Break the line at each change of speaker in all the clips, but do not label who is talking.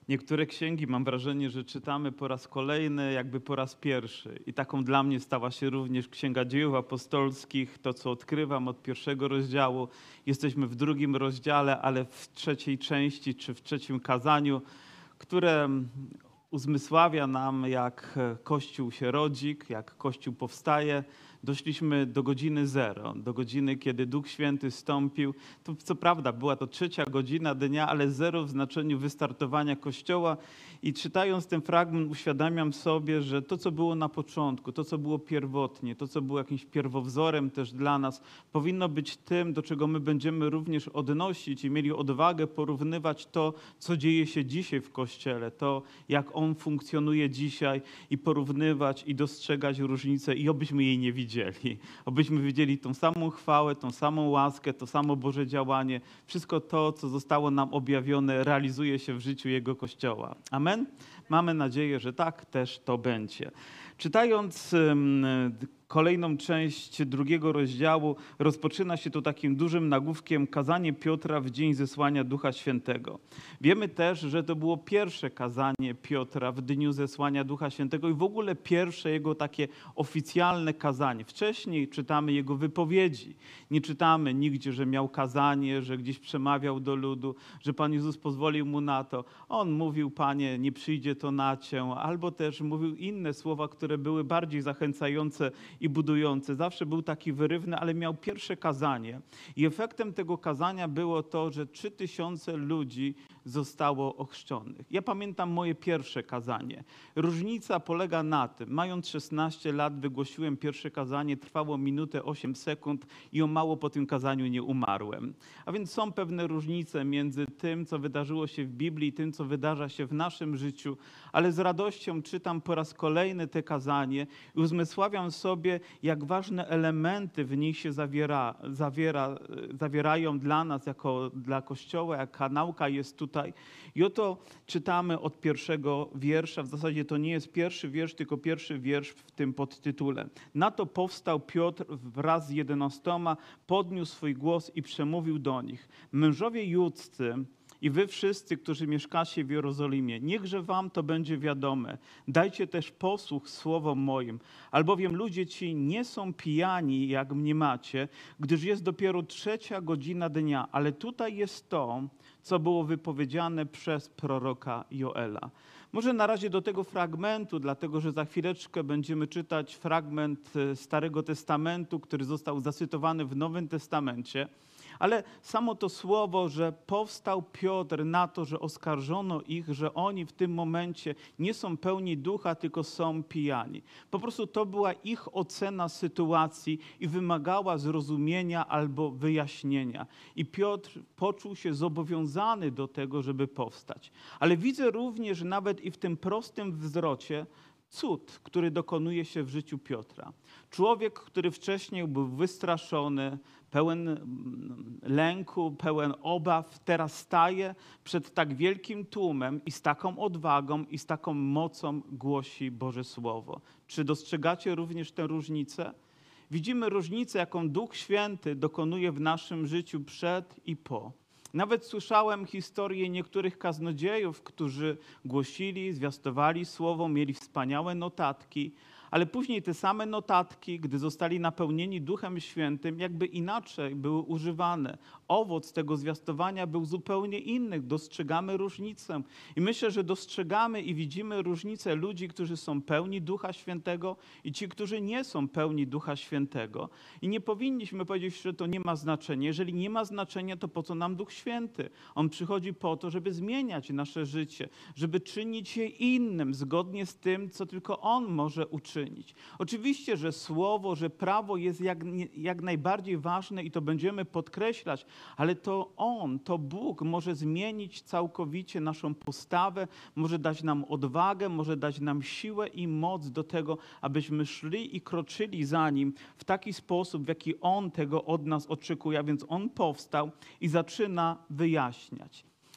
Niektóre księgi mam wrażenie, że czytamy po raz kolejny, jakby po raz pierwszy. I taką dla mnie stała się również Księga Dziejów Apostolskich, to co odkrywam od pierwszego rozdziału. Jesteśmy w drugim rozdziale, ale w trzeciej części czy w trzecim kazaniu, które uzmysławia nam, jak Kościół się rodzi, jak Kościół powstaje. Doszliśmy do godziny zero, do godziny, kiedy Duch Święty zstąpił. To co prawda była to 3:00 dnia, ale zero w znaczeniu wystartowania Kościoła. I czytając ten fragment uświadamiam sobie, że to, co było na początku, to, co było pierwotnie, to, co było jakimś pierwowzorem też dla nas, powinno być tym, do czego my będziemy również odnosić i mieli odwagę porównywać to, co dzieje się dzisiaj w Kościele, to, jak on funkcjonuje dzisiaj i porównywać i dostrzegać różnice i obyśmy jej nie widzieli. Obyśmy widzieli tą samą chwałę, tą samą łaskę, to samo Boże działanie. Wszystko to, co zostało nam objawione, realizuje się w życiu Jego Kościoła. Amen? Mamy nadzieję, że tak też to będzie. Czytając kolejną część drugiego rozdziału, rozpoczyna się to takim dużym nagłówkiem kazanie Piotra w dzień zesłania Ducha Świętego. Wiemy też, że to było pierwsze kazanie Piotra w dniu zesłania Ducha Świętego i w ogóle pierwsze jego takie oficjalne kazanie. Wcześniej czytamy jego wypowiedzi. Nie czytamy nigdzie, że miał kazanie, że gdzieś przemawiał do ludu, że Pan Jezus pozwolił mu na to. On mówił: Panie, nie przyjdzie to na Cię, albo też mówił inne słowa, które były bardziej zachęcające i budujący. Zawsze był taki wyrywny, ale miał pierwsze kazanie. I efektem tego kazania było to, że 3000 ludzi zostało ochrzczonych. Ja pamiętam moje pierwsze kazanie. Różnica polega na tym, mając 16 lat wygłosiłem pierwsze kazanie, trwało minutę 8 sekund i o mało po tym kazaniu nie umarłem. A więc są pewne różnice między tym, co wydarzyło się w Biblii i tym, co wydarza się w naszym życiu, ale z radością czytam po raz kolejny te kazanie i uzmysławiam sobie, jak ważne elementy w nich się zawierają dla nas, jako dla Kościoła, jaka nauka jest tutaj. I oto czytamy od pierwszego wiersza, w zasadzie to nie jest pierwszy wiersz, tylko pierwszy wiersz w tym podtytule. Na to powstał Piotr wraz z 11, podniósł swój głos i przemówił do nich: mężowie judzcy i wy wszyscy, którzy mieszkacie w Jerozolimie, niechże wam to będzie wiadome. Dajcie też posłuch słowom moim, albowiem ludzie ci nie są pijani, jak mniemacie, gdyż jest dopiero 3:00 dnia, ale tutaj jest to, co było wypowiedziane przez proroka Joela. Może na razie do tego fragmentu, dlatego że za chwileczkę będziemy czytać fragment Starego Testamentu, który został zacytowany w Nowym Testamencie. Ale samo to słowo, że powstał Piotr na to, że oskarżono ich, że oni w tym momencie nie są pełni ducha, tylko są pijani. Po prostu to była ich ocena sytuacji i wymagała zrozumienia albo wyjaśnienia. I Piotr poczuł się zobowiązany do tego, żeby powstać. Ale widzę również nawet i w tym prostym wzrocie cud, który dokonuje się w życiu Piotra. Człowiek, który wcześniej był wystraszony, pełen lęku, pełen obaw, teraz staje przed tak wielkim tłumem i z taką odwagą i z taką mocą głosi Boże Słowo. Czy dostrzegacie również tę różnicę? Widzimy różnicę, jaką Duch Święty dokonuje w naszym życiu przed i po. Nawet słyszałem historię niektórych kaznodziejów, którzy głosili, zwiastowali słowo, mieli wspaniałe notatki, ale później te same notatki, gdy zostali napełnieni Duchem Świętym, jakby inaczej były używane. Owoc tego zwiastowania był zupełnie inny. Dostrzegamy różnicę. I myślę, że dostrzegamy i widzimy różnicę ludzi, którzy są pełni Ducha Świętego i ci, którzy nie są pełni Ducha Świętego. I nie powinniśmy powiedzieć, że to nie ma znaczenia. Jeżeli nie ma znaczenia, to po co nam Duch Święty? On przychodzi po to, żeby zmieniać nasze życie, żeby czynić je innym, zgodnie z tym, co tylko On może uczynić. Oczywiście, że słowo, że prawo jest jak najbardziej ważne i to będziemy podkreślać, ale to On, to Bóg może zmienić całkowicie naszą postawę, może dać nam odwagę, może dać nam siłę i moc do tego, abyśmy szli i kroczyli za Nim w taki sposób, w jaki On tego od nas oczekuje. A więc On powstał i zaczyna wyjaśniać.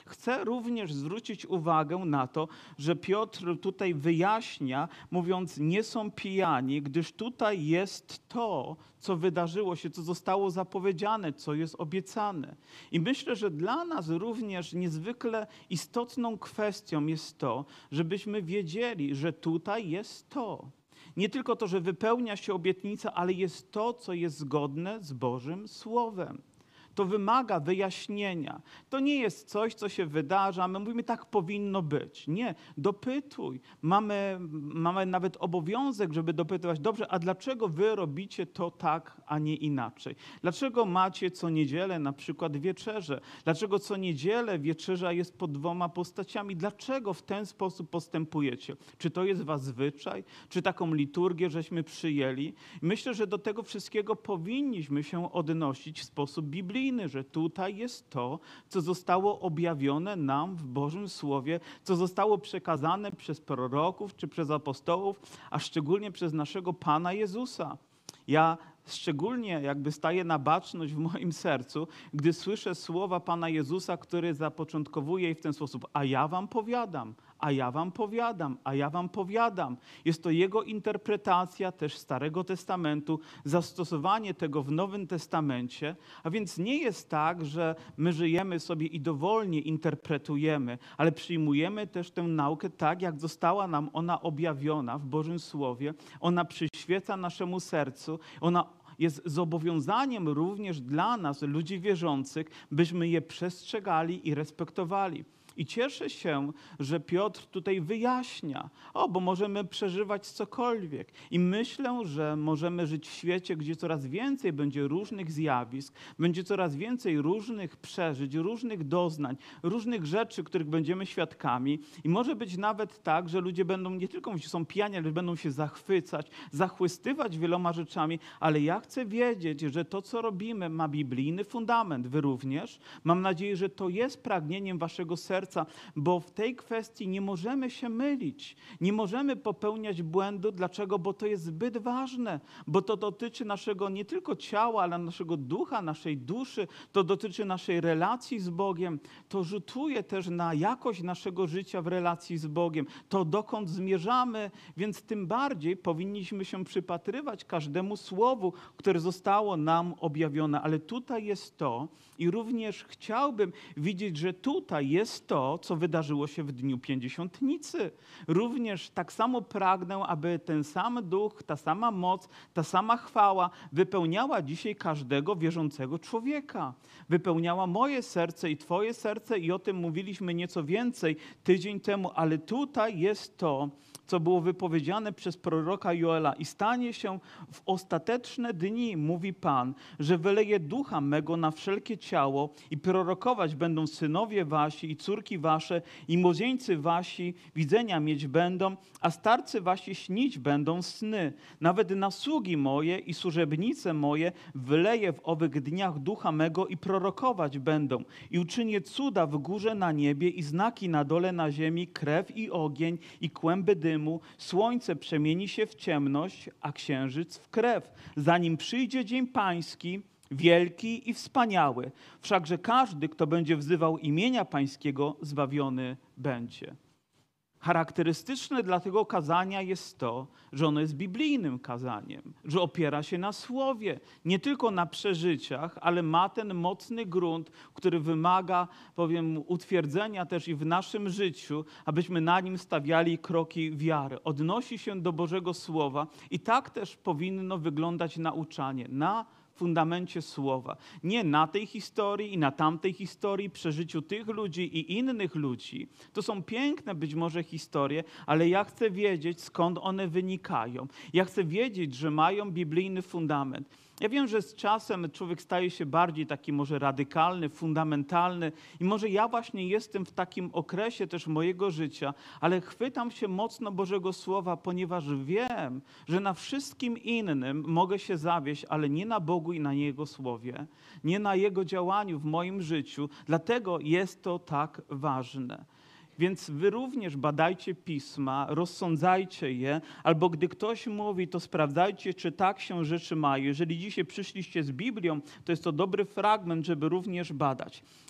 Chcę również zwrócić uwagę na to, że Piotr tutaj wyjaśnia, mówiąc, nie są pijani, gdyż tutaj jest to, co wydarzyło się, co zostało zapowiedziane, co jest obiecane. I myślę, że dla nas również niezwykle istotną kwestią jest to, żebyśmy wiedzieli, że tutaj jest to. Nie tylko to, że wypełnia się obietnica, ale jest to, co jest zgodne z Bożym Słowem. To wymaga wyjaśnienia. To nie jest coś, co się wydarza, my mówimy, tak powinno być. Nie, dopytuj. Mamy nawet obowiązek, żeby dopytywać, dobrze, a dlaczego wy robicie to tak, a nie inaczej? Dlaczego macie co niedzielę na przykład wieczerzę? Dlaczego co niedzielę wieczerza jest pod 2 postaciami? Dlaczego w ten sposób postępujecie? Czy to jest was zwyczaj? Czy taką liturgię żeśmy przyjęli? Myślę, że do tego wszystkiego powinniśmy się odnosić w sposób biblijny, że tutaj jest to, co zostało objawione nam w Bożym Słowie, co zostało przekazane przez proroków czy przez apostołów, a szczególnie przez naszego Pana Jezusa. Ja szczególnie jakby staję na baczność w moim sercu, gdy słyszę słowa Pana Jezusa, który zapoczątkowuje je w ten sposób: a ja wam powiadam, a ja wam powiadam, a ja wam powiadam. Jest to Jego interpretacja też Starego Testamentu, zastosowanie tego w Nowym Testamencie, a więc nie jest tak, że my żyjemy sobie i dowolnie interpretujemy, ale przyjmujemy też tę naukę tak, jak została nam ona objawiona w Bożym Słowie. Ona przyświeca naszemu sercu, ona jest zobowiązaniem również dla nas, ludzi wierzących, byśmy je przestrzegali i respektowali. I cieszę się, że Piotr tutaj wyjaśnia, bo możemy przeżywać cokolwiek. I myślę, że możemy żyć w świecie, gdzie coraz więcej będzie różnych zjawisk, będzie coraz więcej różnych przeżyć, różnych doznań, różnych rzeczy, których będziemy świadkami. I może być nawet tak, że ludzie będą nie tylko są pijani, ale będą się zachwycać, zachwystywać wieloma rzeczami, ale ja chcę wiedzieć, że to, co robimy, ma biblijny fundament. Wy również. Mam nadzieję, że to jest pragnieniem waszego serca, bo w tej kwestii nie możemy się mylić. Nie możemy popełniać błędu. Dlaczego? Bo to jest zbyt ważne. Bo to dotyczy naszego nie tylko ciała, ale naszego ducha, naszej duszy. To dotyczy naszej relacji z Bogiem. To rzutuje też na jakość naszego życia w relacji z Bogiem. To dokąd zmierzamy, więc tym bardziej powinniśmy się przypatrywać każdemu słowu, które zostało nam objawione. Ale tutaj jest to i również chciałbym widzieć, że tutaj jest to, co wydarzyło się w dniu Pięćdziesiątnicy. Również tak samo pragnę, aby ten sam duch, ta sama moc, ta sama chwała wypełniała dzisiaj każdego wierzącego człowieka. Wypełniała moje serce i twoje serce i o tym mówiliśmy nieco więcej tydzień temu, ale tutaj jest to, co było wypowiedziane przez proroka Joela: i stanie się w ostateczne dni, mówi Pan, że wyleje ducha mego na wszelkie ciało i prorokować będą synowie wasi i córki wasze i młodzieńcy wasi widzenia mieć będą, a starcy wasi śnić będą sny. Nawet na sługi moje i służebnice moje wyleję w owych dniach ducha mego i prorokować będą. I uczynię cuda w górze na niebie i znaki na dole na ziemi, krew i ogień i kłęby dymu. Słońce przemieni się w ciemność, a księżyc w krew, zanim przyjdzie dzień pański, wielki i wspaniały. Wszakże każdy, kto będzie wzywał imienia pańskiego, zbawiony będzie. Charakterystyczne dla tego kazania jest to, że ono jest biblijnym kazaniem, że opiera się na słowie, nie tylko na przeżyciach, ale ma ten mocny grunt, który wymaga, utwierdzenia też i w naszym życiu, abyśmy na nim stawiali kroki wiary. Odnosi się do Bożego Słowa i tak też powinno wyglądać nauczanie, na fundamencie Słowa. Nie na tej historii i na tamtej historii, przeżyciu tych ludzi i innych ludzi. To są piękne być może historie, ale ja chcę wiedzieć, skąd one wynikają. Ja chcę wiedzieć, że mają biblijny fundament. Ja wiem, że z czasem człowiek staje się bardziej taki może radykalny, fundamentalny i może ja właśnie jestem w takim okresie też mojego życia, ale chwytam się mocno Bożego Słowa, ponieważ wiem, że na wszystkim innym mogę się zawieść, ale nie na Bogu i na Jego Słowie, nie na Jego działaniu w moim życiu. Dlatego jest to tak ważne. Więc wy również badajcie pisma, rozsądzajcie je, albo gdy ktoś mówi, to sprawdzajcie, czy tak się rzeczy mają. Jeżeli dzisiaj przyszliście z Biblią, to jest to dobry fragment, żeby również badać.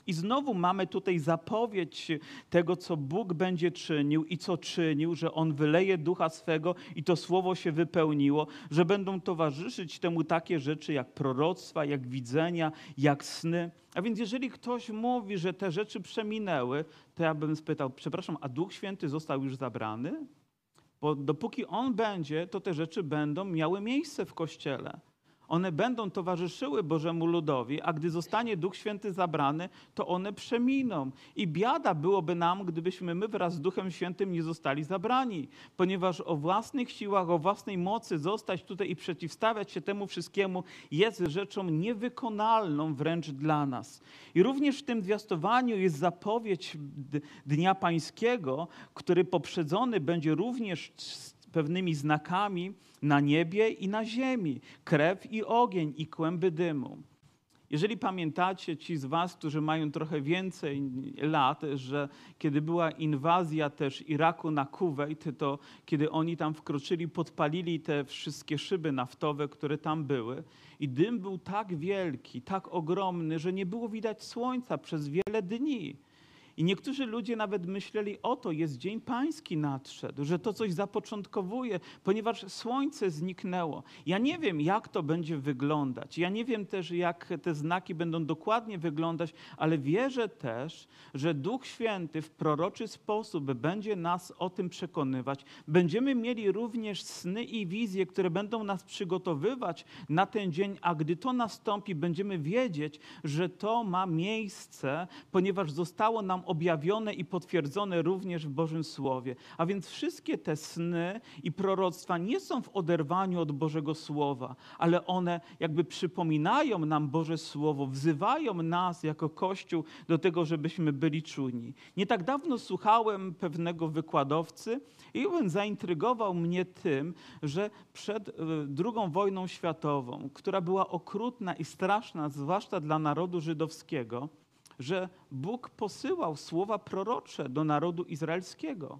I znowu mamy tutaj zapowiedź tego, co Bóg będzie czynił i co czynił, że On wyleje Ducha swego i to słowo się wypełniło, że będą towarzyszyć temu takie rzeczy jak proroctwa, jak widzenia, jak sny. A więc jeżeli ktoś mówi, że te rzeczy przeminęły, to ja bym spytał, przepraszam, a Duch Święty został już zabrany? Bo dopóki On będzie, to te rzeczy będą miały miejsce w Kościele. One będą towarzyszyły Bożemu ludowi, a gdy zostanie Duch Święty zabrany, to one przeminą. I biada byłoby nam, gdybyśmy my wraz z Duchem Świętym nie zostali zabrani, ponieważ o własnych siłach, o własnej mocy zostać tutaj i przeciwstawiać się temu wszystkiemu jest rzeczą niewykonalną wręcz dla nas. I również w tym zwiastowaniu jest zapowiedź Dnia Pańskiego, który poprzedzony będzie również pewnymi znakami na niebie i na ziemi. Krew i ogień i kłęby dymu. Jeżeli pamiętacie, ci z was, którzy mają trochę więcej lat, że kiedy była inwazja też Iraku na Kuwejt, to kiedy oni tam wkroczyli, podpalili te wszystkie szyby naftowe, które tam były. I dym był tak wielki, tak ogromny, że nie było widać słońca przez wiele dni. I niektórzy ludzie nawet myśleli, oto jest Dzień Pański nadszedł, że to coś zapoczątkowuje, ponieważ słońce zniknęło. Ja nie wiem, jak to będzie wyglądać. Ja nie wiem też, jak te znaki będą dokładnie wyglądać, ale wierzę też, że Duch Święty w proroczy sposób będzie nas o tym przekonywać. Będziemy mieli również sny i wizje, które będą nas przygotowywać na ten dzień, a gdy to nastąpi, będziemy wiedzieć, że to ma miejsce, ponieważ zostało nam objawione i potwierdzone również w Bożym Słowie. A więc wszystkie te sny i proroctwa nie są w oderwaniu od Bożego Słowa, ale one jakby przypominają nam Boże Słowo, wzywają nas jako Kościół do tego, żebyśmy byli czujni. Nie tak dawno słuchałem pewnego wykładowcy i on zaintrygował mnie tym, że przed II wojną światową, która była okrutna i straszna, zwłaszcza dla narodu żydowskiego, że Bóg posyłał słowa prorocze do narodu izraelskiego.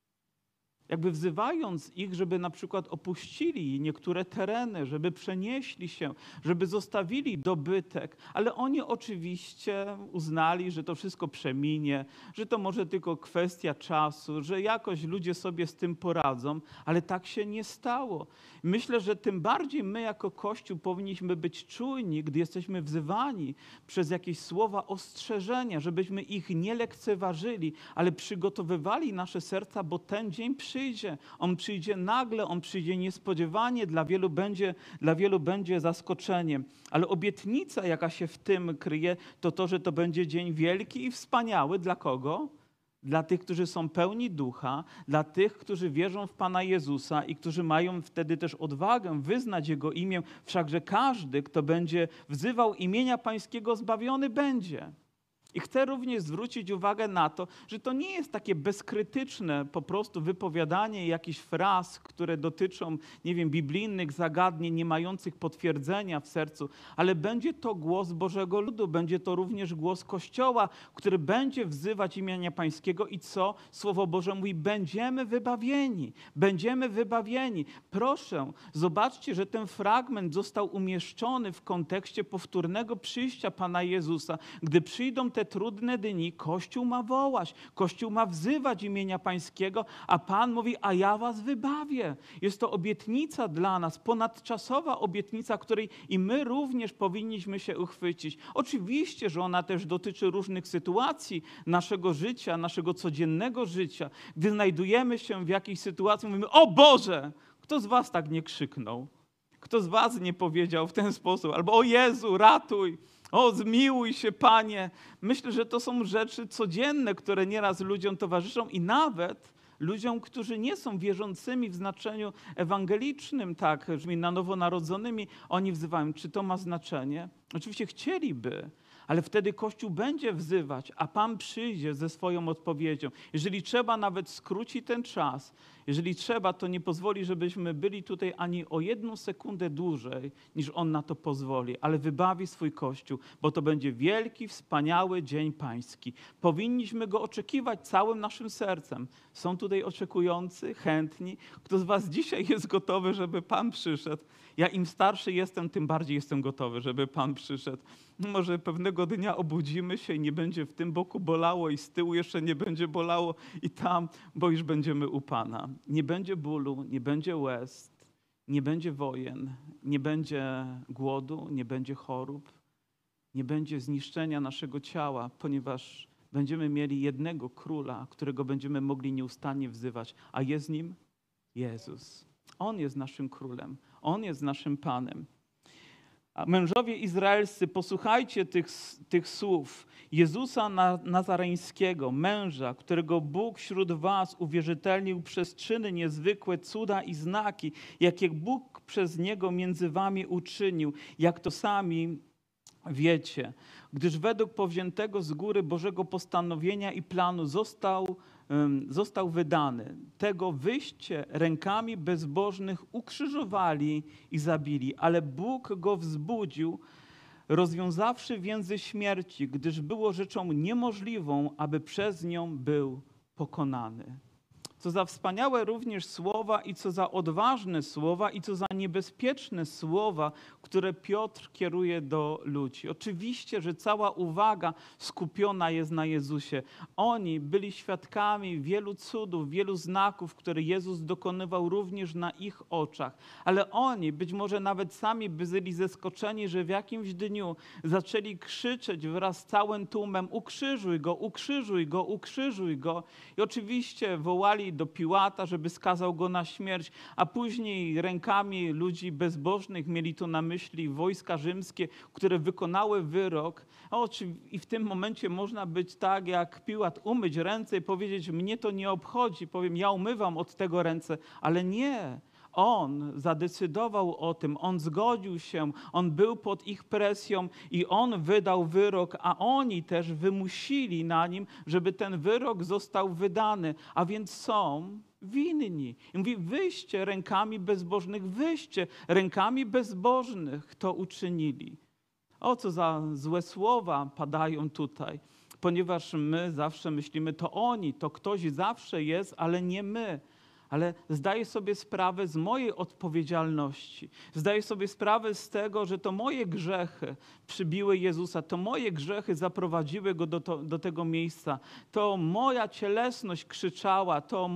Jakby wzywając ich, żeby na przykład opuścili niektóre tereny, żeby przenieśli się, żeby zostawili dobytek, ale oni oczywiście uznali, że to wszystko przeminie, że to może tylko kwestia czasu, że jakoś ludzie sobie z tym poradzą, ale tak się nie stało. Myślę, że tym bardziej my jako Kościół powinniśmy być czujni, gdy jesteśmy wzywani przez jakieś słowa ostrzeżenia, żebyśmy ich nie lekceważyli, ale przygotowywali nasze serca, bo ten dzień przyjdzie. On przyjdzie nagle, on przyjdzie niespodziewanie, dla wielu będzie zaskoczeniem. Ale obietnica, jaka się w tym kryje, to to, że to będzie dzień wielki i wspaniały. Dla kogo? Dla tych, którzy są pełni ducha, dla tych, którzy wierzą w Pana Jezusa i którzy mają wtedy też odwagę wyznać Jego imię. Wszakże każdy, kto będzie wzywał imienia Pańskiego, zbawiony będzie. I chcę również zwrócić uwagę na to, że to nie jest takie bezkrytyczne po prostu wypowiadanie jakichś fraz, które dotyczą, nie wiem, biblijnych zagadnień, nie mających potwierdzenia w sercu, ale będzie to głos Bożego ludu, będzie to również głos Kościoła, który będzie wzywać imienia Pańskiego i co? Słowo Boże mówi, będziemy wybawieni, będziemy wybawieni. Proszę, zobaczcie, że ten fragment został umieszczony w kontekście powtórnego przyjścia Pana Jezusa. Gdy przyjdą te trudne dni, Kościół ma wołać, Kościół ma wzywać imienia Pańskiego, a Pan mówi, a ja was wybawię. Jest to obietnica dla nas, ponadczasowa obietnica, której i my również powinniśmy się uchwycić. Oczywiście, że ona też dotyczy różnych sytuacji naszego życia, naszego codziennego życia. Gdy znajdujemy się w jakiejś sytuacji, mówimy, o Boże, kto z was tak nie krzyknął? Kto z was nie powiedział w ten sposób? Albo o Jezu, ratuj! O, zmiłuj się, Panie. Myślę, że to są rzeczy codzienne, które nieraz ludziom towarzyszą i nawet ludziom, którzy nie są wierzącymi w znaczeniu ewangelicznym, tak, brzmi na nowonarodzonymi, oni wzywają. Czy to ma znaczenie? Oczywiście chcieliby, ale wtedy Kościół będzie wzywać, a Pan przyjdzie ze swoją odpowiedzią. Jeżeli trzeba, nawet skróci ten czas. Jeżeli trzeba, to nie pozwoli, żebyśmy byli tutaj ani o 1 sekundę dłużej, niż On na to pozwoli, ale wybawi swój Kościół, bo to będzie wielki, wspaniały Dzień Pański. Powinniśmy go oczekiwać całym naszym sercem. Są tutaj oczekujący, chętni. Kto z was dzisiaj jest gotowy, żeby Pan przyszedł? Ja im starszy jestem, tym bardziej jestem gotowy, żeby Pan przyszedł. Może pewnego dnia obudzimy się i nie będzie w tym boku bolało i z tyłu jeszcze nie będzie bolało i tam, bo już będziemy u Pana. Nie będzie bólu, nie będzie łez, nie będzie wojen, nie będzie głodu, nie będzie chorób, nie będzie zniszczenia naszego ciała, ponieważ będziemy mieli jednego króla, którego będziemy mogli nieustannie wzywać. A jest nim Jezus. On jest naszym królem. On jest naszym Panem. A mężowie izraelscy, posłuchajcie tych słów Jezusa Nazareńskiego, męża, którego Bóg wśród was uwierzytelnił przez czyny niezwykłe, cuda i znaki, jakie Bóg przez Niego między wami uczynił, jak to sami wiecie. Gdyż według powziętego z góry Bożego postanowienia i planu został wydany. Tego wyście rękami bezbożnych ukrzyżowali i zabili, ale Bóg go wzbudził, rozwiązawszy więzy śmierci, gdyż było rzeczą niemożliwą, aby przez nią był pokonany. Co za wspaniałe również słowa i co za odważne słowa i co za niebezpieczne słowa, które Piotr kieruje do ludzi. Oczywiście, że cała uwaga skupiona jest na Jezusie. Oni byli świadkami wielu cudów, wielu znaków, które Jezus dokonywał również na ich oczach. Ale oni być może nawet sami byli zaskoczeni, że w jakimś dniu zaczęli krzyczeć wraz z całym tłumem: ukrzyżuj go, ukrzyżuj go, ukrzyżuj go. I oczywiście wołali do Piłata, żeby skazał go na śmierć, a później rękami ludzi bezbożnych, mieli to na myśli wojska rzymskie, które wykonały wyrok. I w tym momencie można być tak jak Piłat, umyć ręce i powiedzieć: mnie to nie obchodzi, powiem, ja umywam od tego ręce, ale nie. On zadecydował o tym, on zgodził się, on był pod ich presją i on wydał wyrok, a oni też wymusili na nim, żeby ten wyrok został wydany, a więc są winni. I mówi: wyście rękami bezbożnych, wyście rękami bezbożnych to uczynili. O, co za złe słowa padają tutaj, ponieważ my zawsze myślimy, to oni, to ktoś zawsze jest, ale nie my. Ale zdaję sobie sprawę z mojej odpowiedzialności. Zdaję sobie sprawę z tego, że to moje grzechy przybiły Jezusa, to moje grzechy zaprowadziły Go do tego miejsca. To moja cielesność krzyczała, to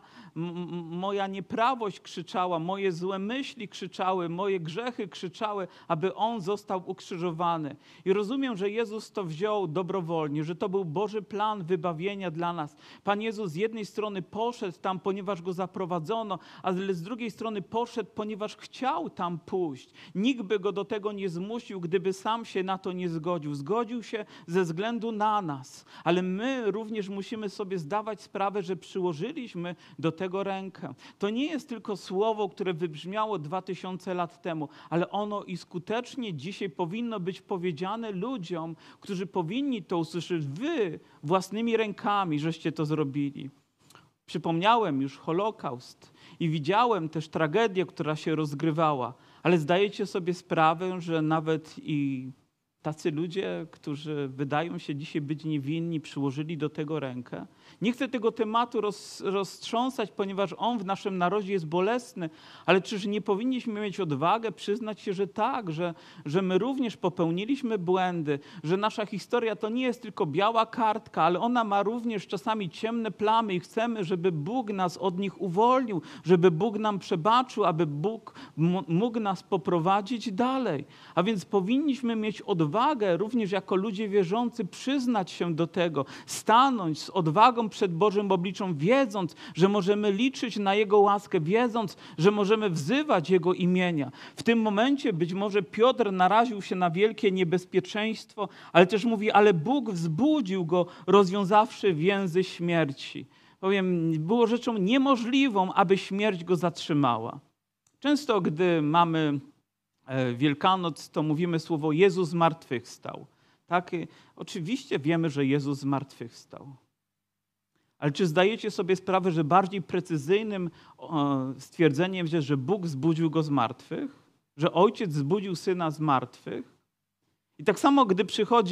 moja nieprawość krzyczała, moje złe myśli krzyczały, moje grzechy krzyczały, aby On został ukrzyżowany. I rozumiem, że Jezus to wziął dobrowolnie, że to był Boży plan wybawienia dla nas. Pan Jezus z jednej strony poszedł tam, ponieważ Go zaprowadzono, ale z drugiej strony poszedł, ponieważ chciał tam pójść. Nikt by Go do tego nie zmusił, gdyby sam się na to nie zgodził. Zgodził się ze względu na nas, ale my również musimy sobie zdawać sprawę, że przyłożyliśmy do tego rękę. To nie jest tylko słowo, które wybrzmiało 2000 lat temu, ale ono i skutecznie dzisiaj powinno być powiedziane ludziom, którzy powinni to usłyszeć. Wy własnymi rękami żeście to zrobili. Przypomniałem już Holokaust i widziałem też tragedię, która się rozgrywała, ale zdajecie sobie sprawę, że nawet i tacy ludzie, którzy wydają się dzisiaj być niewinni, przyłożyli do tego rękę. Nie chcę tego tematu roztrząsać, ponieważ on w naszym narodzie jest bolesny, ale czyż nie powinniśmy mieć odwagę przyznać się, że tak, że my również popełniliśmy błędy, że nasza historia to nie jest tylko biała kartka, ale ona ma również czasami ciemne plamy i chcemy, żeby Bóg nas od nich uwolnił, żeby Bóg nam przebaczył, aby Bóg mógł nas poprowadzić dalej. A więc powinniśmy mieć odwagę również jako ludzie wierzący przyznać się do tego, stanąć z odwagą przed Bożym obliczem, wiedząc, że możemy liczyć na Jego łaskę, wiedząc, że możemy wzywać Jego imienia. W tym momencie być może Piotr naraził się na wielkie niebezpieczeństwo, ale też mówi, ale Bóg wzbudził go, rozwiązawszy więzy śmierci. Powiem, było rzeczą niemożliwą, aby śmierć go zatrzymała. Często, gdy mamy Wielkanoc, to mówimy słowo Jezus zmartwychwstał. Tak? Oczywiście wiemy, że Jezus zmartwychwstał. Ale czy zdajecie sobie sprawę, że bardziej precyzyjnym stwierdzeniem jest, że Bóg wzbudził go z martwych? Że Ojciec wzbudził Syna z martwych? I tak samo, gdy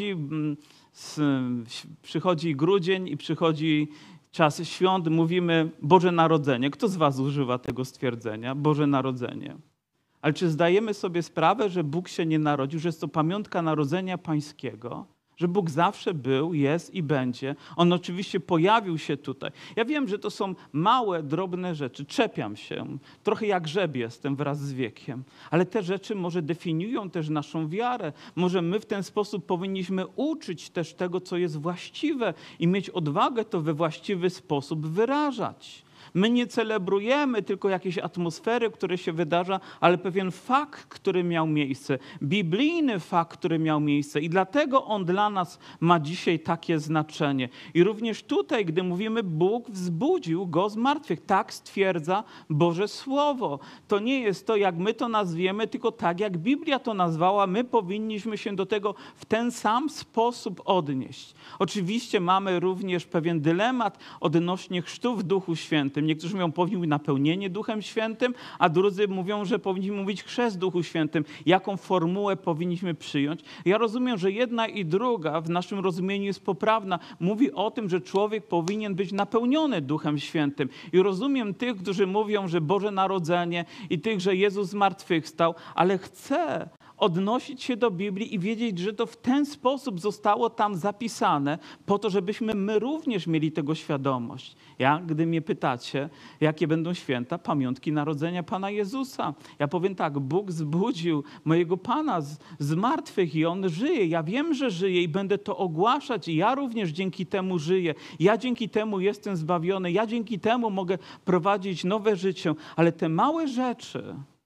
przychodzi grudzień i przychodzi czas świąt, mówimy Boże Narodzenie. Kto z was używa tego stwierdzenia? Boże Narodzenie. Ale czy zdajemy sobie sprawę, że Bóg się nie narodził, że jest to pamiątka narodzenia pańskiego? Że Bóg zawsze był, jest i będzie. On oczywiście pojawił się tutaj. Ja wiem, że to są małe, drobne rzeczy. Czepiam się. Trochę jak żeb jestem wraz z wiekiem. Ale te rzeczy może definiują też naszą wiarę. Może my w ten sposób powinniśmy uczyć też tego, co jest właściwe i mieć odwagę to we właściwy sposób wyrażać. My nie celebrujemy tylko jakiejś atmosfery, która się wydarza, ale pewien fakt, który miał miejsce. Biblijny fakt, który miał miejsce. I dlatego on dla nas ma dzisiaj takie znaczenie. I również tutaj, gdy mówimy Bóg wzbudził go z martwych. Tak stwierdza Boże Słowo. To nie jest to, jak my to nazwiemy, tylko tak, jak Biblia to nazwała. My powinniśmy się do tego w ten sam sposób odnieść. Oczywiście mamy również pewien dylemat odnośnie chrztu w Duchu Świętym. Niektórzy mówią, powinniśmy napełnienie Duchem Świętym, a drudzy mówią, że powinniśmy mówić chrzest w Duchu Świętym. Jaką formułę powinniśmy przyjąć? Ja rozumiem, że jedna i druga w naszym rozumieniu jest poprawna. Mówi o tym, że człowiek powinien być napełniony Duchem Świętym. I rozumiem tych, którzy mówią, że Boże Narodzenie i tych, że Jezus zmartwychwstał, ale chcę odnosić się do Biblii i wiedzieć, że to w ten sposób zostało tam zapisane, po to, żebyśmy my również mieli tego świadomość. Gdy mnie pytacie, jakie będą święta, pamiątki narodzenia Pana Jezusa. Ja powiem tak, Bóg zbudził mojego Pana z martwych i On żyje. Ja wiem, że żyje i będę to ogłaszać i ja również dzięki temu żyję. Ja dzięki temu jestem zbawiony. Ja dzięki temu mogę prowadzić nowe życie. Ale te małe rzeczy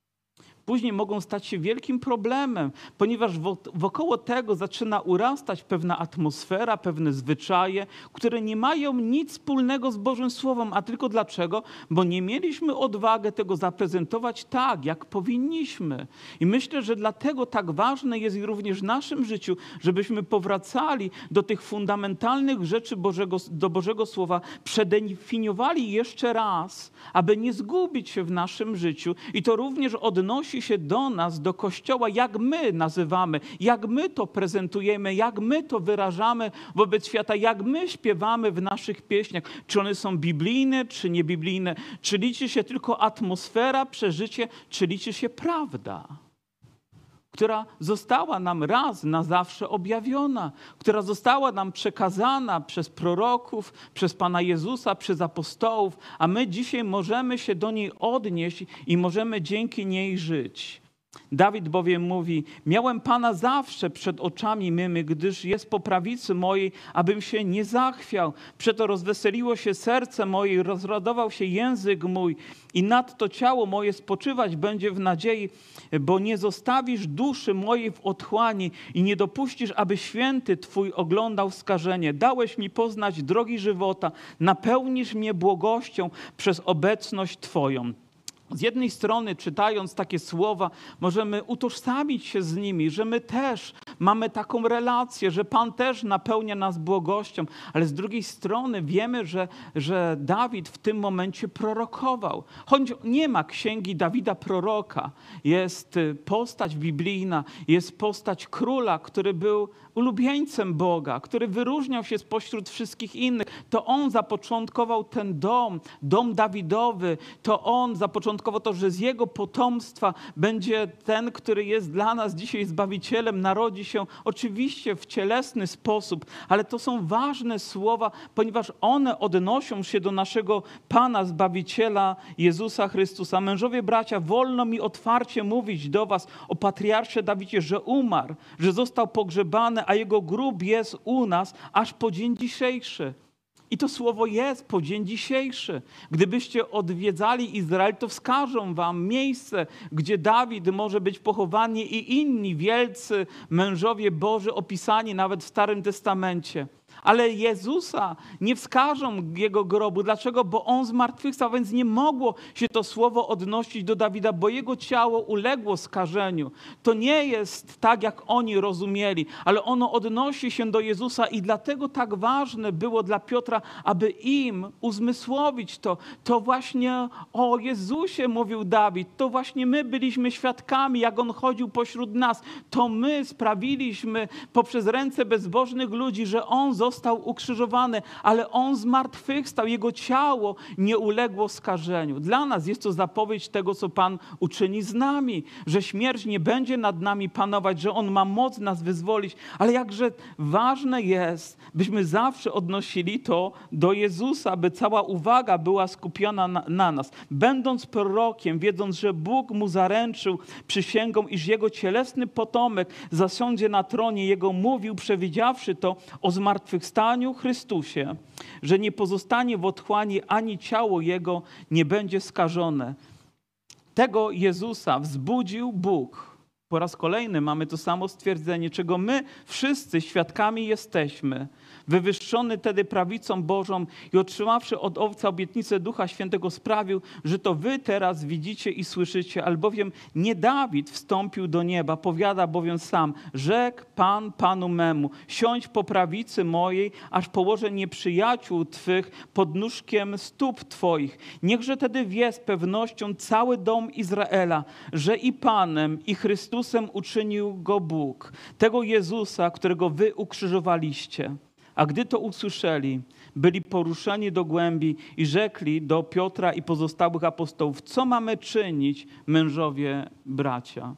później mogą stać się wielkim problemem, ponieważ wokoło tego zaczyna urastać pewna atmosfera, pewne zwyczaje, które nie mają nic wspólnego z Bożym Słowem. A tylko dlaczego? Bo nie mieliśmy odwagi tego zaprezentować tak, jak powinniśmy. I myślę, że dlatego tak ważne jest i również w naszym życiu, żebyśmy powracali do tych fundamentalnych rzeczy do Bożego Słowa, przedefiniowali jeszcze raz, aby nie zgubić się w naszym życiu. I to również odnosi się do nas, do Kościoła, jak my nazywamy, jak my to prezentujemy, jak my to wyrażamy wobec świata, jak my śpiewamy w naszych pieśniach. Czy one są biblijne, czy niebiblijne? Czy liczy się tylko atmosfera, przeżycie, czy liczy się prawda, która została nam raz na zawsze objawiona, która została nam przekazana przez proroków, przez Pana Jezusa, przez apostołów, a my dzisiaj możemy się do niej odnieść i możemy dzięki niej żyć. Dawid bowiem mówi, miałem Pana zawsze przed oczami mymi, gdyż jest po prawicy mojej, abym się nie zachwiał. Przeto rozweseliło się serce moje i rozradował się język mój i nadto ciało moje spoczywać będzie w nadziei, bo nie zostawisz duszy mojej w otchłani i nie dopuścisz, aby święty Twój oglądał skażenie. Dałeś mi poznać drogi żywota, napełnisz mnie błogością przez obecność Twoją. Z jednej strony, czytając takie słowa, możemy utożsamić się z nimi, że my też mamy taką relację, że Pan też napełnia nas błogością, ale z drugiej strony wiemy, że Dawid w tym momencie prorokował. Choć nie ma księgi Dawida proroka, jest postać biblijna, jest postać króla, który był ulubieńcem Boga, który wyróżniał się spośród wszystkich innych. To on zapoczątkował ten dom Dawidowy, to on zapoczątkował to, że z jego potomstwa będzie ten, który jest dla nas dzisiaj Zbawicielem, narodzi się oczywiście w cielesny sposób, ale to są ważne słowa, ponieważ one odnoszą się do naszego Pana, Zbawiciela Jezusa Chrystusa. Mężowie, bracia, wolno mi otwarcie mówić do was o patriarsze Dawidzie, że umarł, że został pogrzebany, a jego grób jest u nas aż po dzień dzisiejszy. I to słowo jest po dzień dzisiejszy. Gdybyście odwiedzali Izrael, to wskażą wam miejsce, gdzie Dawid może być pochowany i inni wielcy mężowie Boży opisani nawet w Starym Testamencie. Ale Jezusa nie wskażą jego grobu. Dlaczego? Bo on zmartwychwstał, więc nie mogło się to słowo odnosić do Dawida, bo jego ciało uległo skażeniu. To nie jest tak, jak oni rozumieli, ale ono odnosi się do Jezusa i dlatego tak ważne było dla Piotra, aby im uzmysłowić to. To właśnie o Jezusie mówił Dawid. To właśnie my byliśmy świadkami, jak on chodził pośród nas. To my sprawiliśmy poprzez ręce bezbożnych ludzi, że on został ukrzyżowany, ale On zmartwychwstał, Jego ciało nie uległo skażeniu. Dla nas jest to zapowiedź tego, co Pan uczyni z nami, że śmierć nie będzie nad nami panować, że On ma moc nas wyzwolić, ale jakże ważne jest, byśmy zawsze odnosili to do Jezusa, by cała uwaga była skupiona na nas. Będąc prorokiem, wiedząc, że Bóg mu zaręczył przysięgą, iż jego cielesny potomek zasiądzie na tronie, Jego mówił, przewidziawszy to o zmartwychwstaniu Chrystusie, że nie pozostanie w otchłani, ani ciało Jego nie będzie skażone. Tego Jezusa wzbudził Bóg. Po raz kolejny mamy to samo stwierdzenie, czego my wszyscy świadkami jesteśmy. Wywyższony tedy prawicą Bożą i otrzymawszy od Ojca obietnicę Ducha Świętego sprawił, że to wy teraz widzicie i słyszycie, albowiem nie Dawid wstąpił do nieba, powiada bowiem sam, rzekł Pan Panu memu, siądź po prawicy mojej, aż położę nieprzyjaciół Twych pod nóżkiem stóp Twoich. Niechże tedy wie z pewnością cały dom Izraela, że i Panem, i Chrystusem uczynił Go Bóg, tego Jezusa, którego wy ukrzyżowaliście. A gdy to usłyszeli, byli poruszeni do głębi i rzekli do Piotra i pozostałych apostołów, co mamy czynić, mężowie, bracia?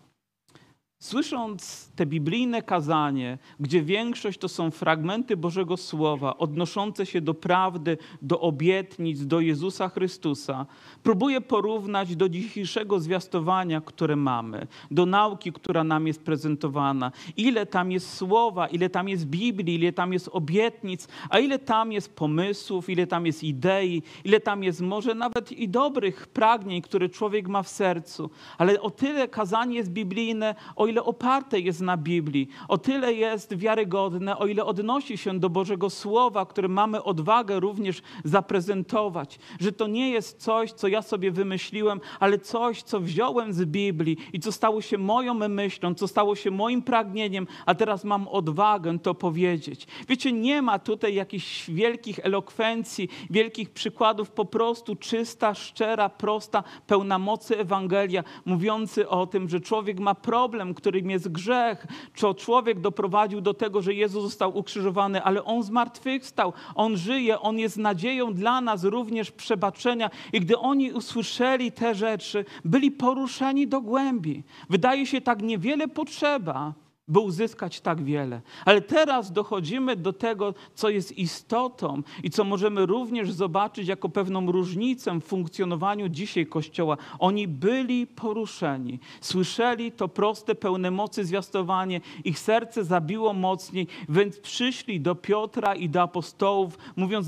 Słysząc te biblijne kazanie, gdzie większość to są fragmenty Bożego Słowa odnoszące się do prawdy, do obietnic, do Jezusa Chrystusa, próbuję porównać do dzisiejszego zwiastowania, które mamy, do nauki, która nam jest prezentowana. Ile tam jest słowa, ile tam jest Biblii, ile tam jest obietnic, a ile tam jest pomysłów, ile tam jest idei, ile tam jest może nawet i dobrych pragnień, które człowiek ma w sercu. Ale o tyle kazanie jest biblijne, o ile oparte jest na Biblii, o tyle jest wiarygodne, o ile odnosi się do Bożego Słowa, które mamy odwagę również zaprezentować. Że to nie jest coś, co ja sobie wymyśliłem, ale coś, co wziąłem z Biblii i co stało się moją myślą, co stało się moim pragnieniem, a teraz mam odwagę to powiedzieć. Wiecie, nie ma tutaj jakichś wielkich elokwencji, wielkich przykładów, po prostu czysta, szczera, prosta, pełna mocy Ewangelia, mówiący o tym, że człowiek ma problem, którym jest grzech, co człowiek doprowadził do tego, że Jezus został ukrzyżowany, ale On zmartwychwstał, On żyje, On jest nadzieją dla nas również przebaczenia. I gdy oni usłyszeli te rzeczy, byli poruszeni do głębi. Wydaje się, tak niewiele potrzeba, by uzyskać tak wiele. Ale teraz dochodzimy do tego, co jest istotą i co możemy również zobaczyć jako pewną różnicę w funkcjonowaniu dzisiaj Kościoła. Oni byli poruszeni. Słyszeli to proste, pełne mocy zwiastowanie. Ich serce zabiło mocniej, więc przyszli do Piotra i do apostołów, mówiąc,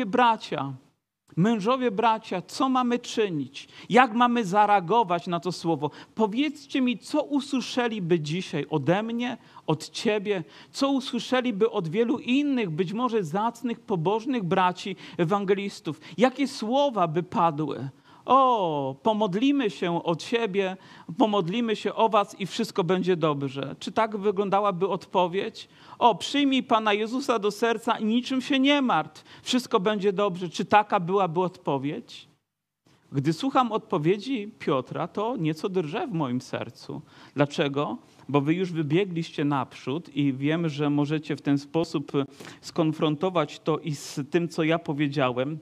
Mężowie, bracia, co mamy czynić? Jak mamy zareagować na to słowo? Powiedzcie mi, co usłyszeliby dzisiaj ode mnie, od ciebie? Co usłyszeliby od wielu innych, być może zacnych, pobożnych braci ewangelistów? Jakie słowa by padły? O, pomodlimy się o ciebie, pomodlimy się o was i wszystko będzie dobrze. Czy tak wyglądałaby odpowiedź? O, przyjmij Pana Jezusa do serca i niczym się nie martw, wszystko będzie dobrze. Czy taka byłaby odpowiedź? Gdy słucham odpowiedzi Piotra, to nieco drże w moim sercu. Dlaczego? Bo wy już wybiegliście naprzód i wiem, że możecie w ten sposób skonfrontować to i z tym, co ja powiedziałem.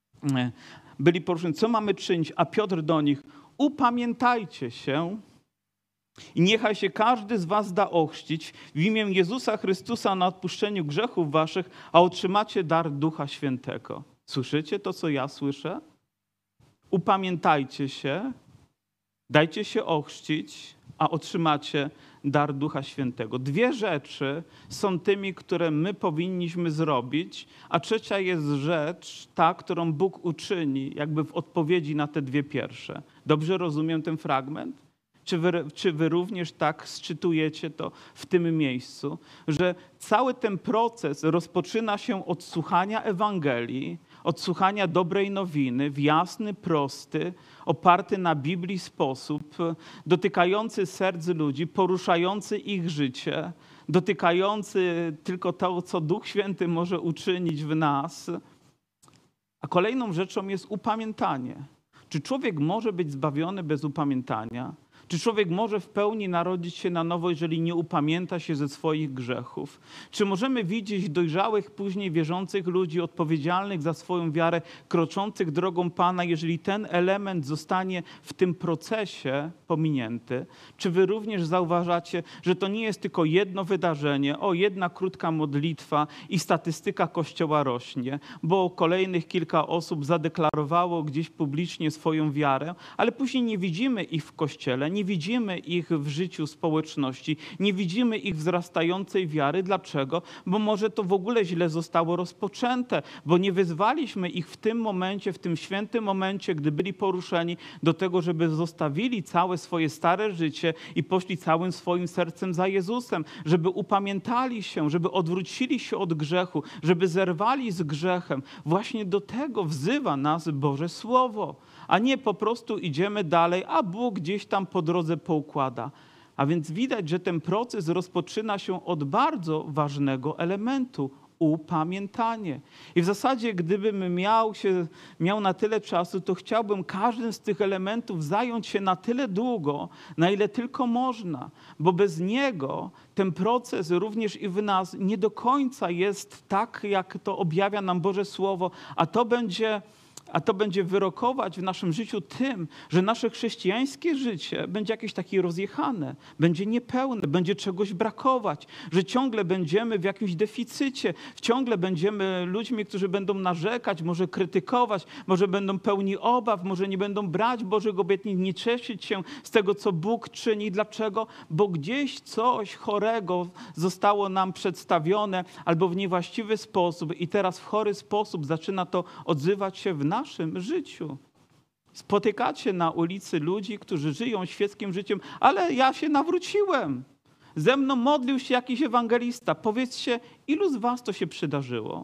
Byli poruszeni, co mamy czynić? A Piotr do nich, upamiętajcie się i niechaj się każdy z was da ochrzcić w imię Jezusa Chrystusa na odpuszczeniu grzechów waszych, a otrzymacie dar Ducha Świętego. Słyszycie to, co ja słyszę? Upamiętajcie się, dajcie się ochrzcić, a otrzymacie dar Ducha Świętego. Dwie rzeczy są tymi, które my powinniśmy zrobić, a trzecia jest rzecz, ta, którą Bóg uczyni, jakby w odpowiedzi na te dwie pierwsze. Dobrze rozumiem ten fragment? Czy wy również tak sczytujecie to w tym miejscu, że cały ten proces rozpoczyna się od słuchania Ewangelii, od słuchania dobrej nowiny w jasny, prosty, oparty na Biblii sposób, dotykający serc ludzi, poruszający ich życie, dotykający tylko to, co Duch Święty może uczynić w nas. A kolejną rzeczą jest upamiętanie. Czy człowiek może być zbawiony bez upamiętania? Czy człowiek może w pełni narodzić się na nowo, jeżeli nie upamięta się ze swoich grzechów? Czy możemy widzieć dojrzałych, później wierzących ludzi, odpowiedzialnych za swoją wiarę, kroczących drogą Pana, jeżeli ten element zostanie w tym procesie pominięty? Czy wy również zauważacie, że to nie jest tylko jedno wydarzenie, jedna krótka modlitwa i statystyka Kościoła rośnie, bo kolejnych kilka osób zadeklarowało gdzieś publicznie swoją wiarę, ale później nie widzimy ich w Kościele, nie widzimy ich w życiu społeczności, nie widzimy ich wzrastającej wiary. Dlaczego? Bo może to w ogóle źle zostało rozpoczęte, bo nie wyzwaliśmy ich w tym momencie, w tym świętym momencie, gdy byli poruszeni do tego, żeby zostawili całe swoje stare życie i poszli całym swoim sercem za Jezusem, żeby upamiętali się, żeby odwrócili się od grzechu, żeby zerwali z grzechem. Właśnie do tego wzywa nas Boże Słowo, a nie po prostu idziemy dalej, a Bóg gdzieś tam po drodze poukłada. A więc widać, że ten proces rozpoczyna się od bardzo ważnego elementu – upamiętanie. I w zasadzie, gdybym miał na tyle czasu, to chciałbym każdym z tych elementów zająć się na tyle długo, na ile tylko można, bo bez niego ten proces również i w nas nie do końca jest tak, jak to objawia nam Boże Słowo, a to będzie wyrokować w naszym życiu tym, że nasze chrześcijańskie życie będzie jakieś takie rozjechane, będzie niepełne, będzie czegoś brakować, że ciągle będziemy w jakimś deficycie, ciągle będziemy ludźmi, którzy będą narzekać, może krytykować, może będą pełni obaw, może nie będą brać Bożych obietnic, nie cieszyć się z tego, co Bóg czyni. Dlaczego? Bo gdzieś coś chorego zostało nam przedstawione albo w niewłaściwy sposób i teraz w chory sposób zaczyna to odzywać się w naszym życiu. Spotykacie na ulicy ludzi, którzy żyją świeckim życiem, ale ja się nawróciłem. Ze mną modlił się jakiś ewangelista. Powiedzcie, ilu z was to się przydarzyło?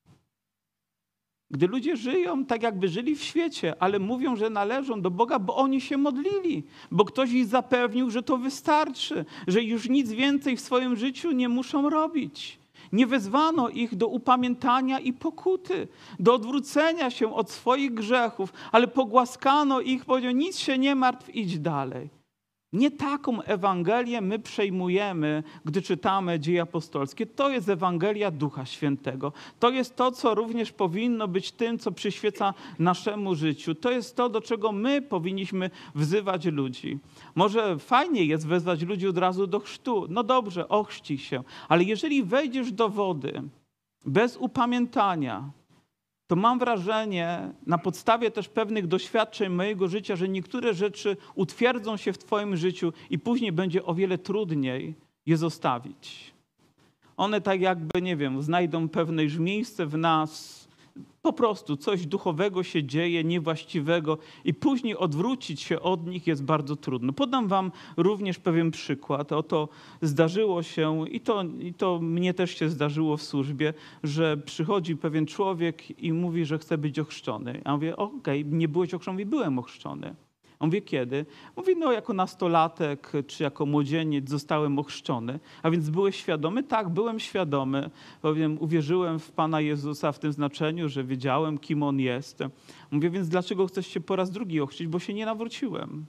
Gdy ludzie żyją tak, jakby żyli w świecie, ale mówią, że należą do Boga, bo oni się modlili, bo ktoś ich zapewnił, że to wystarczy, że już nic więcej w swoim życiu nie muszą robić. Nie wezwano ich do upamiętania i pokuty, do odwrócenia się od swoich grzechów, ale pogłaskano ich, powiedział, nic się nie martw, idź dalej. Nie taką Ewangelię my przejmujemy, gdy czytamy Dzieje apostolskie. To jest Ewangelia Ducha Świętego. To jest to, co również powinno być tym, co przyświeca naszemu życiu. To jest to, do czego my powinniśmy wzywać ludzi. Może fajnie jest wezwać ludzi od razu do chrztu. No dobrze, ochrzcij się. Ale jeżeli wejdziesz do wody bez upamiętania, to mam wrażenie, na podstawie też pewnych doświadczeń mojego życia, że niektóre rzeczy utwierdzą się w twoim życiu i później będzie o wiele trudniej je zostawić. One tak jakby, nie wiem, znajdą pewne już miejsce w nas, po prostu coś duchowego się dzieje, niewłaściwego i później odwrócić się od nich jest bardzo trudno. Podam wam również pewien przykład. Oto zdarzyło się, i to mnie też się zdarzyło w służbie, że przychodzi pewien człowiek i mówi, że chce być ochrzczony. Ja mówię, okej, nie byłeś ochrzczony? Byłem ochrzczony. On wie kiedy? Mówi, no jako nastolatek czy jako młodzieniec zostałem ochrzczony. A więc byłeś świadomy? Tak, byłem świadomy. Powiem, uwierzyłem w Pana Jezusa w tym znaczeniu, że wiedziałem, kim On jest. Mówię, więc dlaczego chcesz się po raz drugi ochrzcić? Bo się nie nawróciłem.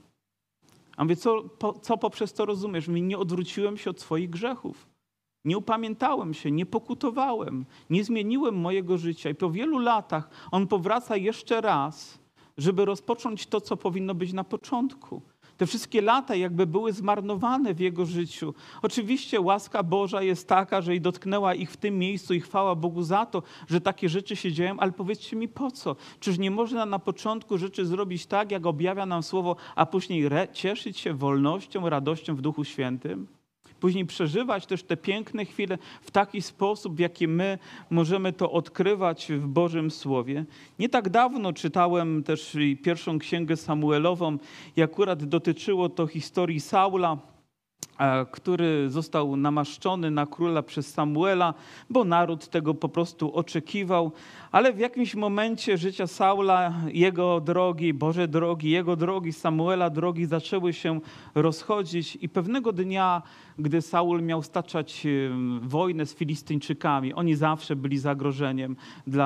A mówię, co poprzez to rozumiesz? Mówię, nie odwróciłem się od swoich grzechów. Nie upamiętałem się, nie pokutowałem, nie zmieniłem mojego życia. I po wielu latach on powraca jeszcze raz, żeby rozpocząć to, co powinno być na początku. Te wszystkie lata jakby były zmarnowane w jego życiu. Oczywiście łaska Boża jest taka, że i dotknęła ich w tym miejscu i chwała Bogu za to, że takie rzeczy się dzieją, ale powiedzcie mi po co? Czyż nie można na początku rzeczy zrobić tak, jak objawia nam Słowo, a później cieszyć się wolnością, radością w Duchu Świętym? Później przeżywać też te piękne chwile w taki sposób, w jaki my możemy to odkrywać w Bożym Słowie. Nie tak dawno czytałem też pierwszą księgę Samuelową i akurat dotyczyło to historii Saula. który został namaszczony na króla przez Samuela, bo naród tego po prostu oczekiwał. Ale w jakimś momencie życia Saula, jego drogi, Boże drogi, jego drogi, Samuela drogi zaczęły się rozchodzić i pewnego dnia, gdy Saul miał staczać wojnę z Filistyńczykami, oni zawsze byli zagrożeniem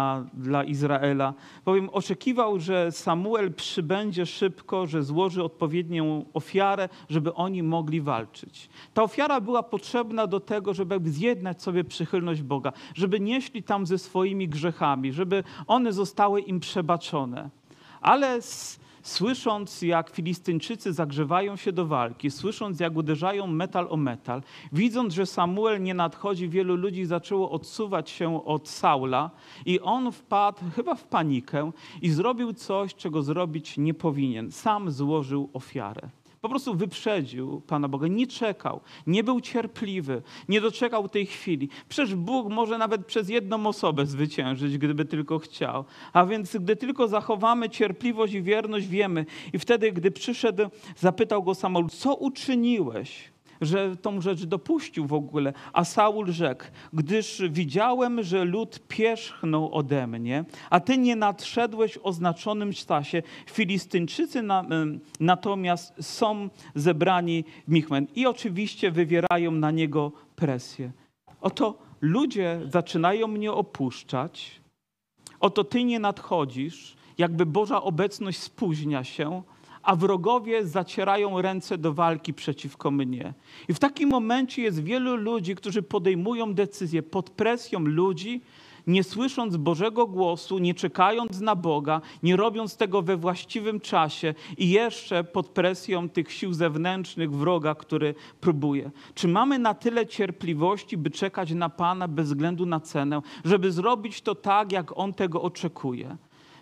dla Izraela, bowiem oczekiwał, że Samuel przybędzie szybko, że złoży odpowiednią ofiarę, żeby oni mogli walczyć. Ta ofiara była potrzebna do tego, żeby zjednać sobie przychylność Boga, żeby nie szli tam ze swoimi grzechami, żeby one zostały im przebaczone. Ale słysząc, jak Filistyńczycy zagrzewają się do walki, słysząc, jak uderzają metal o metal, widząc, że Samuel nie nadchodzi, wielu ludzi zaczęło odsuwać się od Saula i on wpadł chyba w panikę i zrobił coś, czego zrobić nie powinien. Sam złożył ofiarę. Po prostu wyprzedził Pana Boga, nie czekał, nie był cierpliwy, nie doczekał tej chwili. Przecież Bóg może nawet przez jedną osobę zwyciężyć, gdyby tylko chciał. A więc gdy tylko zachowamy cierpliwość i wierność, wiemy. I wtedy, gdy przyszedł, zapytał go Samuel, co uczyniłeś, że tą rzecz dopuścił w ogóle. A Saul rzekł, gdyż widziałem, że lud pierzchnął ode mnie, a ty nie nadszedłeś o oznaczonym czasie. Filistyńczycy natomiast są zebrani w Michmen i oczywiście wywierają na niego presję. Oto ludzie zaczynają mnie opuszczać, oto ty nie nadchodzisz, jakby Boża obecność spóźnia się, a wrogowie zacierają ręce do walki przeciwko mnie. I w takim momencie jest wielu ludzi, którzy podejmują decyzje pod presją ludzi, nie słysząc Bożego głosu, nie czekając na Boga, nie robiąc tego we właściwym czasie i jeszcze pod presją tych sił zewnętrznych wroga, który próbuje. Czy mamy na tyle cierpliwości, by czekać na Pana bez względu na cenę, żeby zrobić to tak, jak On tego oczekuje?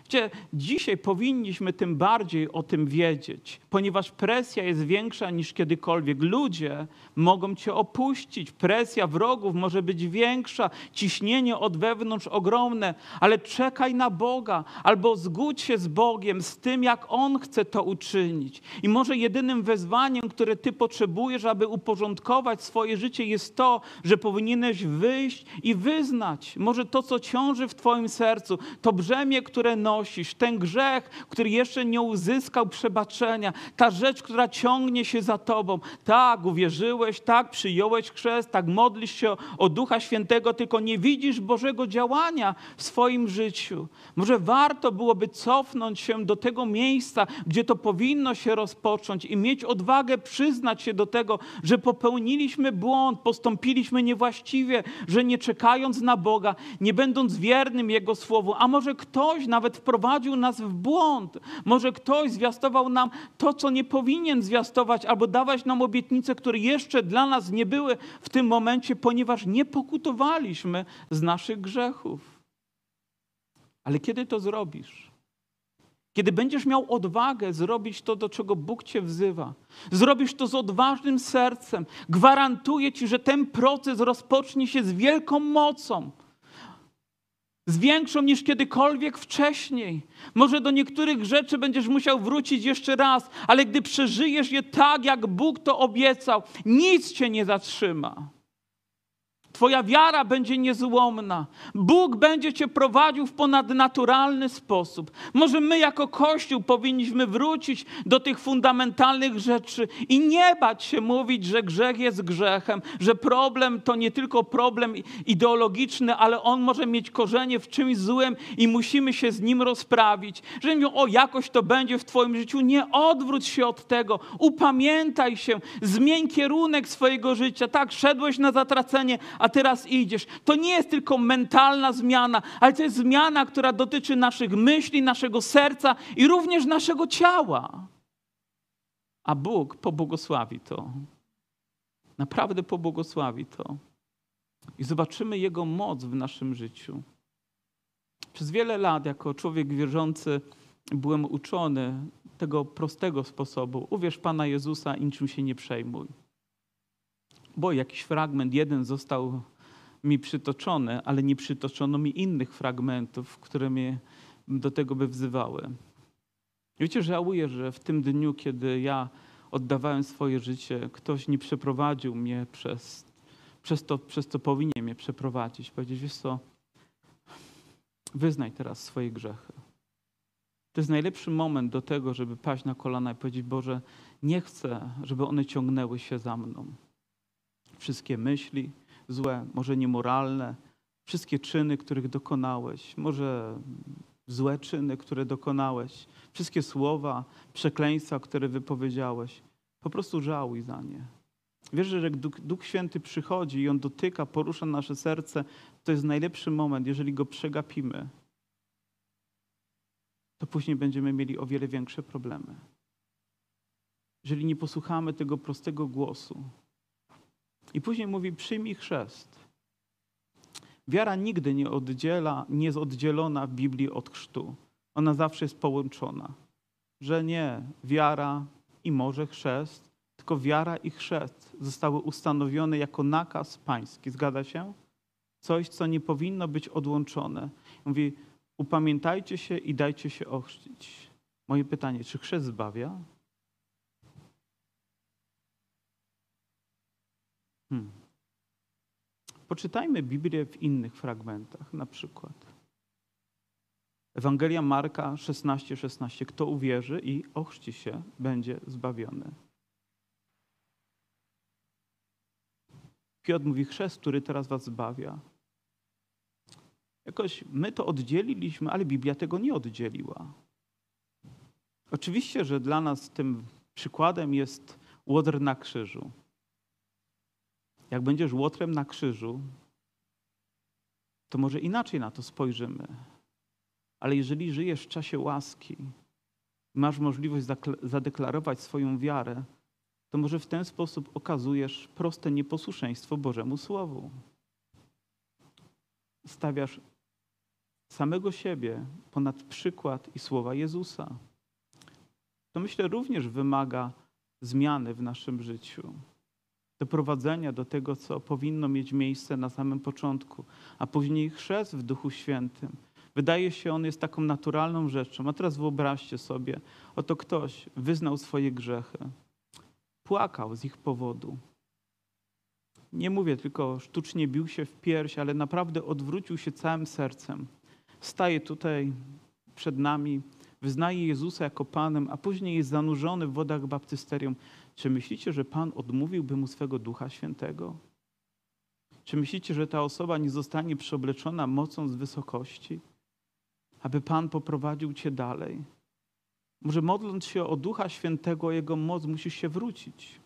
Dzisiaj powinniśmy tym bardziej o tym wiedzieć, ponieważ presja jest większa niż kiedykolwiek. Ludzie mogą cię opuścić, presja wrogów może być większa, ciśnienie od wewnątrz ogromne, ale czekaj na Boga albo zgódź się z Bogiem, z tym, jak On chce to uczynić. I może jedynym wezwaniem, które ty potrzebujesz, aby uporządkować swoje życie, jest to, że powinieneś wyjść i wyznać. Może to, co ciąży w twoim sercu, to brzemię, które nosisz, ten grzech, który jeszcze nie uzyskał przebaczenia, ta rzecz, która ciągnie się za tobą. Tak, uwierzyłeś, tak, przyjąłeś chrzest, tak, modlisz się o Ducha Świętego, tylko nie widzisz Bożego działania w swoim życiu. Może warto byłoby cofnąć się do tego miejsca, gdzie to powinno się rozpocząć i mieć odwagę przyznać się do tego, że popełniliśmy błąd, postąpiliśmy niewłaściwie, że nie czekając na Boga, nie będąc wiernym Jego Słowu, a może ktoś nawet wprowadził nas w błąd. Może ktoś zwiastował nam to, co nie powinien zwiastować, albo dawać nam obietnice, które jeszcze dla nas nie były w tym momencie, ponieważ nie pokutowaliśmy z naszych grzechów. Ale kiedy to zrobisz? Kiedy będziesz miał odwagę zrobić to, do czego Bóg cię wzywa, zrobisz to z odważnym sercem, gwarantuję ci, że ten proces rozpocznie się z wielką mocą. Z większą niż kiedykolwiek wcześniej. Może do niektórych rzeczy będziesz musiał wrócić jeszcze raz, ale gdy przeżyjesz je tak, jak Bóg to obiecał, nic cię nie zatrzyma. Twoja wiara będzie niezłomna. Bóg będzie cię prowadził w ponadnaturalny sposób. Może my jako Kościół powinniśmy wrócić do tych fundamentalnych rzeczy i nie bać się mówić, że grzech jest grzechem, że problem to nie tylko problem ideologiczny, ale on może mieć korzenie w czymś złym i musimy się z nim rozprawić. Że mówią, o, jakoś to będzie w twoim życiu. Nie odwróć się od tego. Upamiętaj się. Zmień kierunek swojego życia. Tak, szedłeś na zatracenie, a teraz idziesz. To nie jest tylko mentalna zmiana, ale to jest zmiana, która dotyczy naszych myśli, naszego serca i również naszego ciała. A Bóg pobłogosławi to. Naprawdę pobłogosławi to. I zobaczymy Jego moc w naszym życiu. Przez wiele lat jako człowiek wierzący byłem uczony tego prostego sposobu. Uwierz Pana Jezusa i niczym się nie przejmuj. Bo jakiś fragment jeden został mi przytoczony, ale nie przytoczono mi innych fragmentów, które mnie do tego by wzywały. Wiecie, żałuję, że w tym dniu, kiedy ja oddawałem swoje życie, ktoś nie przeprowadził mnie przez co powinien mnie przeprowadzić. Powiedzieć, wiesz co, wyznaj teraz swoje grzechy. To jest najlepszy moment do tego, żeby paść na kolana i powiedzieć, Boże, nie chcę, żeby one ciągnęły się za mną. Wszystkie myśli złe, może niemoralne, wszystkie czyny, których dokonałeś, może złe czyny, które dokonałeś, wszystkie słowa, przekleństwa, które wypowiedziałeś, po prostu żałuj za nie. Wiesz, że jak Duch Święty przychodzi i On dotyka, porusza nasze serce, to jest najlepszy moment, jeżeli Go przegapimy, to później będziemy mieli o wiele większe problemy. Jeżeli nie posłuchamy tego prostego głosu. I później mówi, przyjmij chrzest. Wiara nigdy nie jest oddzielona w Biblii od chrztu. Ona zawsze jest połączona. Że nie wiara i może chrzest, tylko wiara i chrzest zostały ustanowione jako nakaz pański. Zgadza się? Coś, co nie powinno być odłączone. Mówi, upamiętajcie się i dajcie się ochrzcić. Moje pytanie, czy chrzest zbawia? Poczytajmy Biblię w innych fragmentach, na przykład. Ewangelia Marka 16:16. Kto uwierzy i ochrzci się, będzie zbawiony. Piotr mówi, chrzest, który teraz was zbawia. Jakoś my to oddzieliliśmy, ale Biblia tego nie oddzieliła. Oczywiście, że dla nas tym przykładem jest łotr na krzyżu. Jak będziesz łotrem na krzyżu, to może inaczej na to spojrzymy. Ale jeżeli żyjesz w czasie łaski, masz możliwość zadeklarować swoją wiarę, to może w ten sposób okazujesz proste nieposłuszeństwo Bożemu Słowu. Stawiasz samego siebie ponad przykład i słowa Jezusa. To myślę również wymaga zmiany w naszym życiu. Doprowadzenia do tego, co powinno mieć miejsce na samym początku, a później chrzest w Duchu Świętym. Wydaje się, on jest taką naturalną rzeczą. A teraz wyobraźcie sobie, oto ktoś wyznał swoje grzechy, płakał z ich powodu. Nie mówię tylko sztucznie bił się w pierś, ale naprawdę odwrócił się całym sercem. Staje tutaj przed nami, wyznaje Jezusa jako Panem, a później jest zanurzony w wodach baptysterium. Czy myślicie, że Pan odmówiłby mu swego Ducha Świętego? Czy myślicie, że ta osoba nie zostanie przeobleczona mocą z wysokości, aby Pan poprowadził cię dalej? Może modląc się o Ducha Świętego, o Jego moc, musisz się wrócić.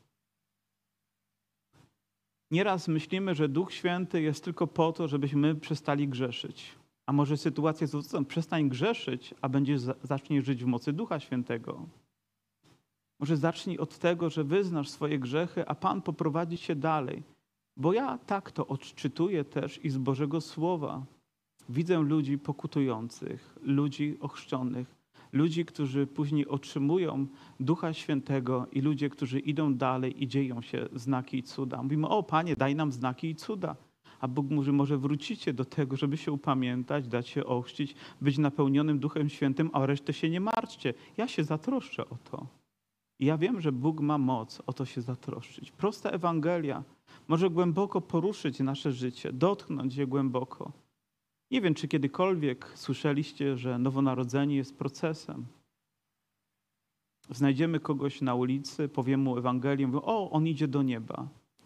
Nieraz myślimy, że Duch Święty jest tylko po to, żebyśmy przestali grzeszyć. A może sytuacja jest odwrotna. Przestań grzeszyć, a zaczniesz żyć w mocy Ducha Świętego. Może zacznij od tego, że wyznasz swoje grzechy, a Pan poprowadzi cię dalej. Bo ja tak to odczytuję też i z Bożego Słowa. Widzę ludzi pokutujących, ludzi ochrzczonych, ludzi, którzy później otrzymują Ducha Świętego i ludzie, którzy idą dalej i dzieją się znaki i cuda. Mówimy, o Panie, daj nam znaki i cuda. A Bóg mówi, może wrócicie do tego, żeby się upamiętać, dać się ochrzcić, być napełnionym Duchem Świętym, a o resztę się nie martwcie. Ja się zatroszczę o to. I ja wiem, że Bóg ma moc o to się zatroszczyć. Prosta Ewangelia może głęboko poruszyć nasze życie, dotknąć je głęboko. Nie wiem, czy kiedykolwiek słyszeliście, że nowonarodzenie jest procesem. Znajdziemy kogoś na ulicy, powiemy mu Ewangelię, mówią, o, on idzie do nieba.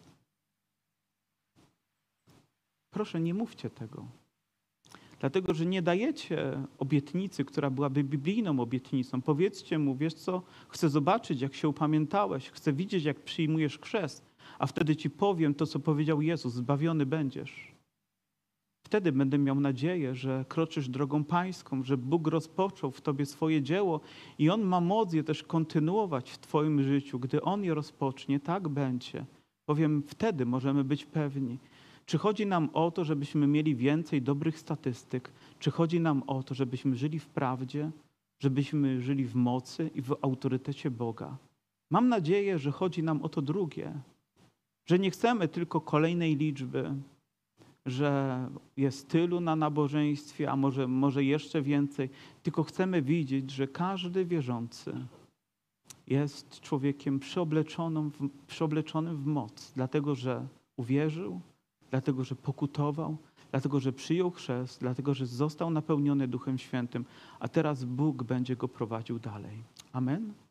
Proszę, nie mówcie tego. Dlatego, że nie dajecie obietnicy, która byłaby biblijną obietnicą. Powiedzcie mu, wiesz co, chcę zobaczyć, jak się upamiętałeś, chcę widzieć, jak przyjmujesz chrzest, a wtedy ci powiem to, co powiedział Jezus, zbawiony będziesz. Wtedy będę miał nadzieję, że kroczysz drogą pańską, że Bóg rozpoczął w tobie swoje dzieło i On ma moc je też kontynuować w twoim życiu. Gdy On je rozpocznie, tak będzie. Bowiem wtedy możemy być pewni. Czy chodzi nam o to, żebyśmy mieli więcej dobrych statystyk? Czy chodzi nam o to, żebyśmy żyli w prawdzie, żebyśmy żyli w mocy i w autorytecie Boga? Mam nadzieję, że chodzi nam o to drugie. Że nie chcemy tylko kolejnej liczby, że jest tylu na nabożeństwie, a może jeszcze więcej, tylko chcemy widzieć, że każdy wierzący jest człowiekiem przeobleczonym w moc, dlatego że uwierzył, dlatego że pokutował, dlatego że przyjął chrzest, dlatego że został napełniony Duchem Świętym, a teraz Bóg będzie go prowadził dalej. Amen.